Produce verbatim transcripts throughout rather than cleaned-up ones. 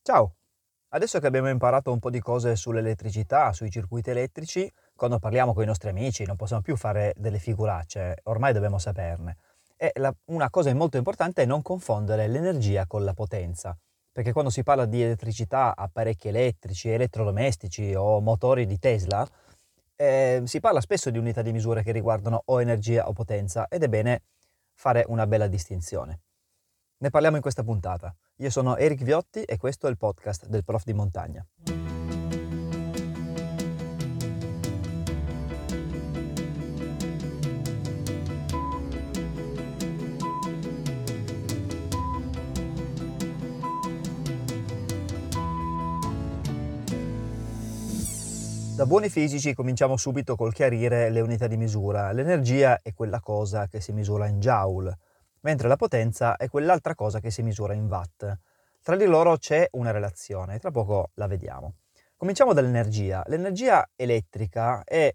Ciao! Adesso che abbiamo imparato un po' di cose sull'elettricità, sui circuiti elettrici, quando parliamo con i nostri amici non possiamo più fare delle figuracce, ormai dobbiamo saperne. E la- una cosa molto importante è non confondere l'energia con la potenza, perché quando si parla di elettricità, apparecchi elettrici, elettrodomestici o motori di Tesla, eh, si parla spesso di unità di misura che riguardano o energia o potenza ed è bene fare una bella distinzione. Ne parliamo in questa puntata. Io sono Eric Viotti e questo è il podcast del Prof di Montagna. Da buoni fisici cominciamo subito col chiarire le unità di misura. L'energia è quella cosa che si misura in joule, mentre la potenza è quell'altra cosa che si misura in watt. Tra di loro c'è una relazione, tra poco la vediamo. Cominciamo dall'energia. L'energia elettrica è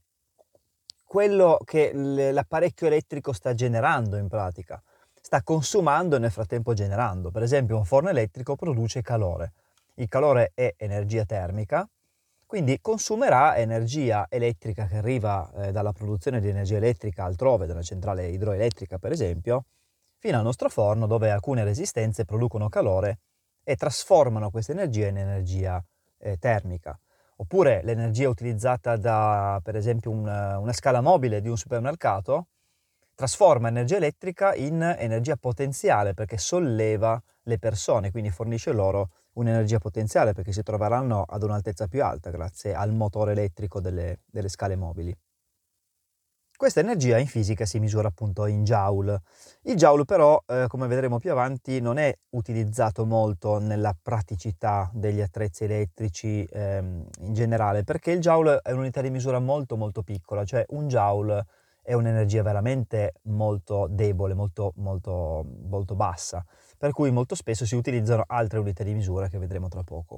quello che l'apparecchio elettrico sta generando in pratica, sta consumando e nel frattempo generando. Per esempio un forno elettrico produce calore. Il calore è energia termica, quindi consumerà energia elettrica che arriva eh, dalla produzione di energia elettrica altrove, dalla centrale idroelettrica per esempio, fino al nostro forno dove alcune resistenze producono calore e trasformano questa energia in energia eh, termica. Oppure l'energia utilizzata da, per esempio, un, una scala mobile di un supermercato trasforma energia elettrica in energia potenziale perché solleva le persone, quindi fornisce loro un'energia potenziale perché si troveranno ad un'altezza più alta grazie al motore elettrico delle, delle scale mobili. Questa energia in fisica si misura appunto in joule. Il joule però, eh, come vedremo più avanti, non è utilizzato molto nella praticità degli attrezzi elettrici ehm, in generale, perché il joule è un'unità di misura molto molto piccola, cioè un joule è un'energia veramente molto debole, molto, molto, molto bassa, per cui molto spesso si utilizzano altre unità di misura che vedremo tra poco.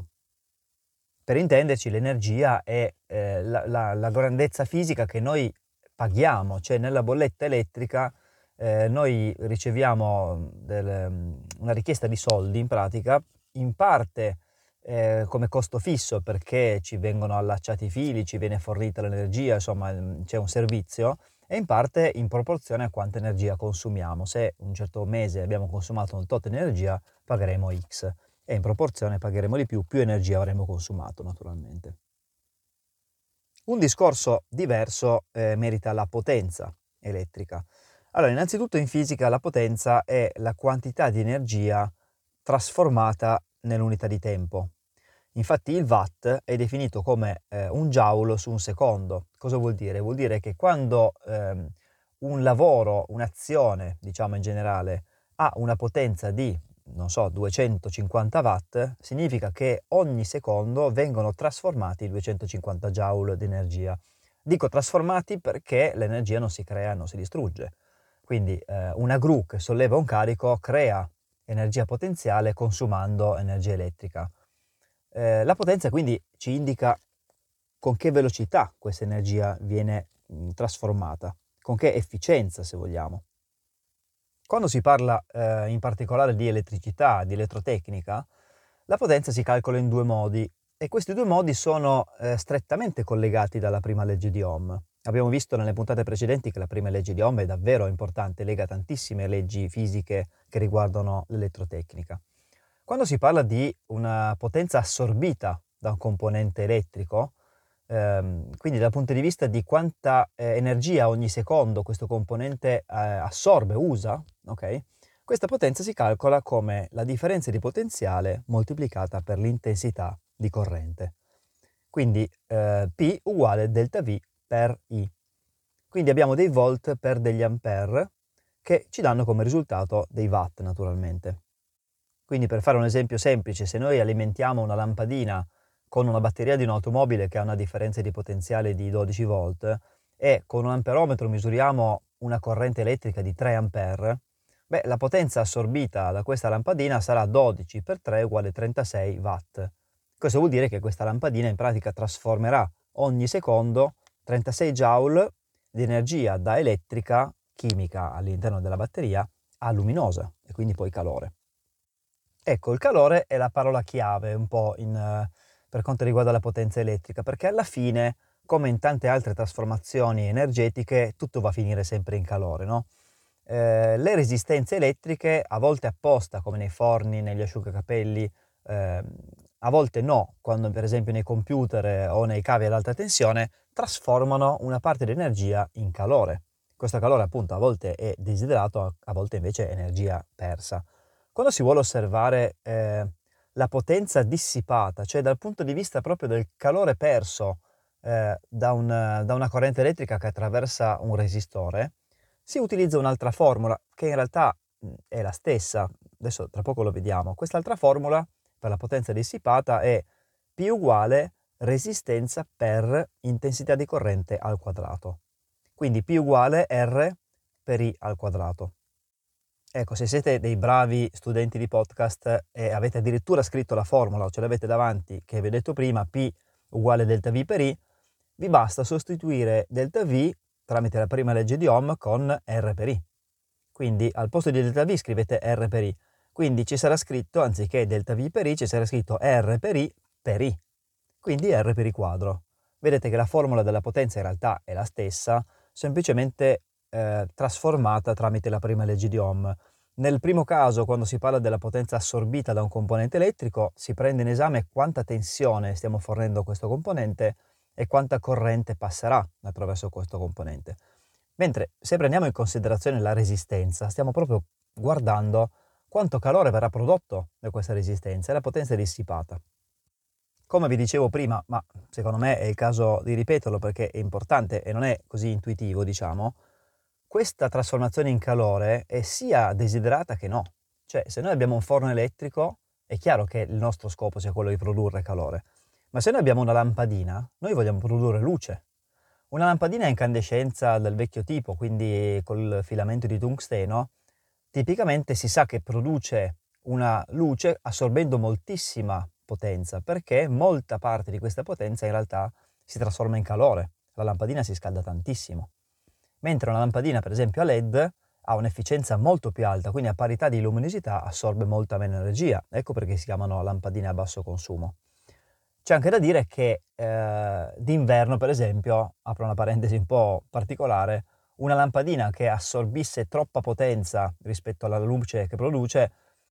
Per intenderci, l'energia è eh, la, la, la grandezza fisica che noi paghiamo, cioè nella bolletta elettrica eh, noi riceviamo del, una richiesta di soldi in pratica, in parte eh, come costo fisso perché ci vengono allacciati i fili, ci viene fornita l'energia, insomma c'è un servizio, e in parte in proporzione a quanta energia consumiamo. Se un certo mese abbiamo consumato un tot di energia, pagheremo X e in proporzione pagheremo di più, più energia avremo consumato naturalmente. Un discorso diverso eh, merita la potenza elettrica. Allora, innanzitutto in fisica la potenza è la quantità di energia trasformata nell'unità di tempo. Infatti il watt è definito come eh, un joule su un secondo. Cosa vuol dire? Vuol dire che quando ehm, un lavoro, un'azione, diciamo in generale, ha una potenza di, non so, duecentocinquanta watt, significa che ogni secondo vengono trasformati duecentocinquanta joule di energia. Dico trasformati perché l'energia non si crea, non si distrugge. Quindi eh, una gru che solleva un carico crea energia potenziale consumando energia elettrica. Eh, la potenza quindi ci indica con che velocità questa energia viene mh, trasformata, con che efficienza se vogliamo. Quando si parla eh, in particolare di elettricità, di elettrotecnica, la potenza si calcola in due modi e questi due modi sono eh, strettamente collegati dalla prima legge di Ohm. Abbiamo visto nelle puntate precedenti che la prima legge di Ohm è davvero importante, lega tantissime leggi fisiche che riguardano l'elettrotecnica. Quando si parla di una potenza assorbita da un componente elettrico, ehm, quindi dal punto di vista di quanta eh, energia ogni secondo questo componente eh, assorbe, usa, ok? Questa potenza si calcola come la differenza di potenziale moltiplicata per l'intensità di corrente. Quindi eh, P uguale delta V per I. Quindi abbiamo dei volt per degli ampere che ci danno come risultato dei watt naturalmente. Quindi per fare un esempio semplice, se noi alimentiamo una lampadina con una batteria di un'automobile che ha una differenza di potenziale di dodici volt e con un amperometro misuriamo una corrente elettrica di tre ampere, beh, la potenza assorbita da questa lampadina sarà dodici per tre uguale trentasei watt. Questo vuol dire che questa lampadina in pratica trasformerà ogni secondo trentasei joule di energia da elettrica chimica all'interno della batteria a luminosa e quindi poi calore. Ecco, il calore è la parola chiave un po' in, eh, per quanto riguarda la potenza elettrica, perché alla fine, come in tante altre trasformazioni energetiche, tutto va a finire sempre in calore, no? Eh, le resistenze elettriche, a volte apposta, come nei forni, negli asciugacapelli, ehm, a volte no, quando per esempio nei computer eh, o nei cavi ad alta tensione, trasformano una parte di energia in calore. Questo calore appunto a volte è desiderato, a a volte invece è energia persa. Quando si vuole osservare eh, la potenza dissipata, cioè dal punto di vista proprio del calore perso eh, da, un, da una corrente elettrica che attraversa un resistore, si utilizza un'altra formula che in realtà mh, è la stessa, adesso tra poco lo vediamo. Quest'altra formula per la potenza dissipata è P uguale resistenza per intensità di corrente al quadrato. Quindi P uguale R per I al quadrato. Ecco, se siete dei bravi studenti di podcast e avete addirittura scritto la formula o ce l'avete davanti, che vi ho detto prima, P uguale delta V per I, vi basta sostituire delta V tramite la prima legge di Ohm con R per I. Quindi al posto di delta V scrivete R per I. Quindi ci sarà scritto, anziché delta V per I, ci sarà scritto R per I per I. Quindi R per I quadro. Vedete che la formula della potenza in realtà è la stessa, semplicemente eh, trasformata tramite la prima legge di Ohm. Nel primo caso, quando si parla della potenza assorbita da un componente elettrico, si prende in esame quanta tensione stiamo fornendo a questo componente e quanta corrente passerà attraverso questo componente. Mentre se prendiamo in considerazione la resistenza, stiamo proprio guardando quanto calore verrà prodotto da questa resistenza e la potenza dissipata. Come vi dicevo prima, ma secondo me è il caso di ripeterlo perché è importante e non è così intuitivo, diciamo, questa trasformazione in calore è sia desiderata che no. Cioè, se noi abbiamo un forno elettrico, è chiaro che il nostro scopo sia quello di produrre calore. Ma se noi abbiamo una lampadina, noi vogliamo produrre luce. Una lampadina a incandescenza del vecchio tipo, quindi col filamento di tungsteno, tipicamente si sa che produce una luce assorbendo moltissima potenza, perché molta parte di questa potenza in realtà si trasforma in calore. La lampadina si scalda tantissimo. Mentre una lampadina, per esempio a L E D, ha un'efficienza molto più alta, quindi a parità di luminosità assorbe molta meno energia. Ecco perché si chiamano lampadine a basso consumo. C'è anche da dire che eh, d'inverno, per esempio, apro una parentesi un po' particolare, una lampadina che assorbisse troppa potenza rispetto alla luce che produce,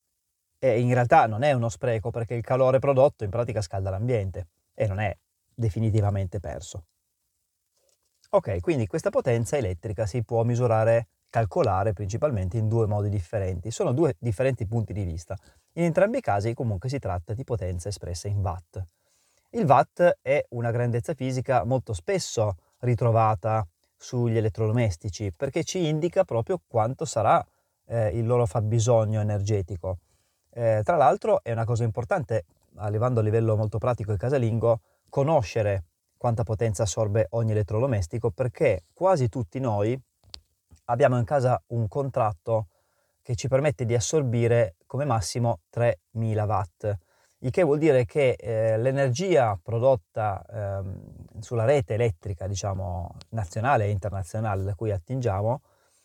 eh, in realtà non è uno spreco perché il calore prodotto in pratica scalda l'ambiente e non è definitivamente perso. Ok, quindi questa potenza elettrica si può misurare, calcolare principalmente in due modi differenti. Sono due differenti punti di vista. In entrambi i casi comunque si tratta di potenza espressa in watt. Il watt è una grandezza fisica molto spesso ritrovata sugli elettrodomestici perché ci indica proprio quanto sarà eh, il loro fabbisogno energetico. Eh, tra l'altro è una cosa importante, arrivando a livello molto pratico e casalingo, conoscere quanta potenza assorbe ogni elettrodomestico perché quasi tutti noi abbiamo in casa un contratto che ci permette di assorbire come massimo tremila watt, il che vuol dire che eh, l'energia prodotta ehm, sulla rete elettrica, diciamo, nazionale e internazionale da cui attingiamo,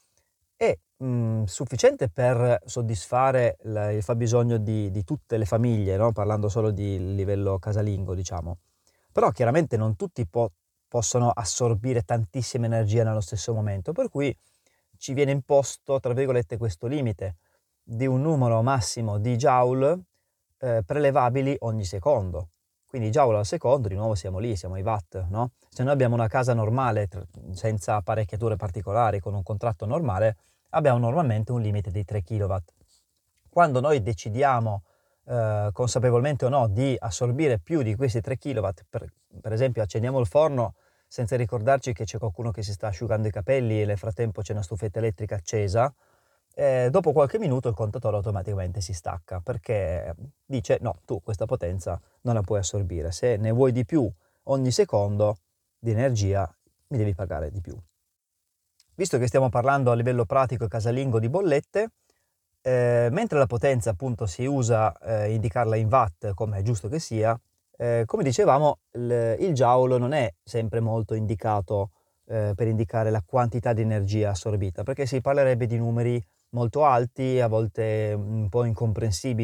è mh, sufficiente per soddisfare la, il fabbisogno di, di tutte le famiglie, no? Parlando solo di livello casalingo, diciamo. Però chiaramente non tutti po- possono assorbire tantissima energia nello stesso momento, per cui ci viene imposto, tra virgolette, questo limite di un numero massimo di joule eh, prelevabili ogni secondo. Quindi joule al secondo, di nuovo siamo lì, siamo ai watt, no? Se noi abbiamo una casa normale, tr- senza apparecchiature particolari, con un contratto normale, abbiamo normalmente un limite di tre chilowatt. Quando noi decidiamo, eh, consapevolmente o no, di assorbire più di questi tre chilowatt, per, per esempio accendiamo il forno senza ricordarci che c'è qualcuno che si sta asciugando i capelli e nel frattempo c'è una stufetta elettrica accesa, eh, dopo qualche minuto il contatore automaticamente si stacca perché dice no, tu questa potenza non la puoi assorbire, se ne vuoi di più ogni secondo di energia mi devi pagare di più. Visto che stiamo parlando a livello pratico e casalingo di bollette, eh, mentre la potenza appunto si usa eh, indicarla in watt come è giusto che sia, eh, come dicevamo il, il joule non è sempre molto indicato eh, per indicare la quantità di energia assorbita perché si parlerebbe di numeri molto alti, a volte un po' incomprensibili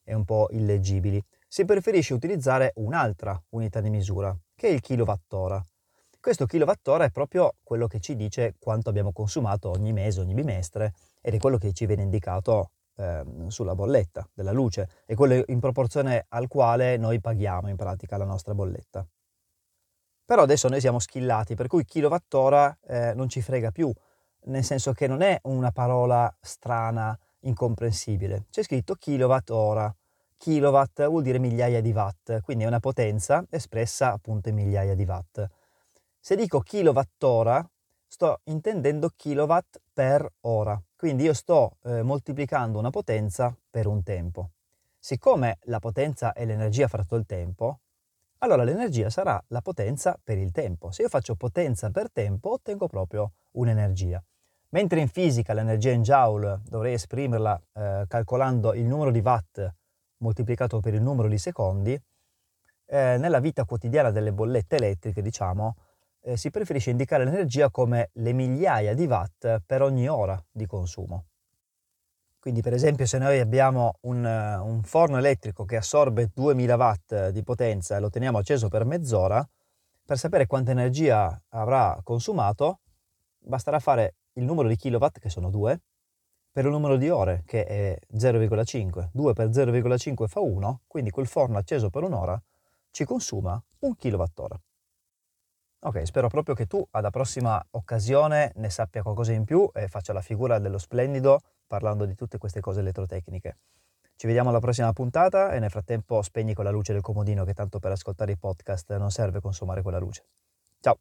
e un po' illeggibili, si preferisce utilizzare un'altra unità di misura, che è il kilowattora. Questo kilowattora è proprio quello che ci dice quanto abbiamo consumato ogni mese, ogni bimestre, ed è quello che ci viene indicato eh, sulla bolletta della luce, è quello in proporzione al quale noi paghiamo in pratica la nostra bolletta. Però adesso noi siamo skillati, per cui kilowattora eh, non ci frega più, nel senso che non è una parola strana, incomprensibile. C'è scritto kilowattora. Kilowatt vuol dire migliaia di watt, quindi è una potenza espressa appunto in migliaia di watt. Se dico kilowattora, sto intendendo kilowatt per ora, quindi io sto eh, moltiplicando una potenza per un tempo. Siccome la potenza è l'energia fratto il tempo, allora l'energia sarà la potenza per il tempo. Se io faccio potenza per tempo, ottengo proprio un'energia. Mentre in fisica l'energia in joule dovrei esprimerla eh, calcolando il numero di watt moltiplicato per il numero di secondi, eh, nella vita quotidiana delle bollette elettriche, diciamo, eh, si preferisce indicare l'energia come le migliaia di watt per ogni ora di consumo. Quindi per esempio se noi abbiamo un, un forno elettrico che assorbe duemila watt di potenza e lo teniamo acceso per mezz'ora, per sapere quanta energia avrà consumato basterà fare il numero di kilowatt, che sono due, per il numero di ore, che è zero virgola cinque. due per zero virgola cinque fa uno, quindi quel forno acceso per un'ora ci consuma un kilowattora. Ok, spero proprio che tu alla prossima occasione ne sappia qualcosa in più e faccia la figura dello splendido parlando di tutte queste cose elettrotecniche. Ci vediamo alla prossima puntata e nel frattempo spegni quella luce del comodino che tanto per ascoltare i podcast non serve consumare quella luce. Ciao!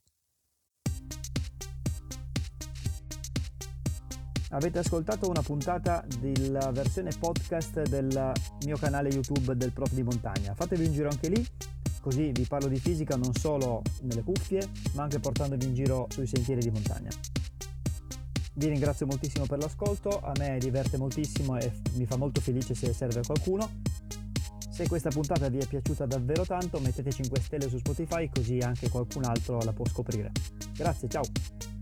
Avete ascoltato una puntata della versione podcast del mio canale YouTube del Prof di Montagna. Fatevi un giro anche lì, così vi parlo di fisica non solo nelle cuffie, ma anche portandovi in giro sui sentieri di montagna. Vi ringrazio moltissimo per l'ascolto, a me diverte moltissimo e mi fa molto felice se serve a qualcuno. Se questa puntata vi è piaciuta davvero tanto, mettete cinque stelle su Spotify così anche qualcun altro la può scoprire. Grazie, ciao!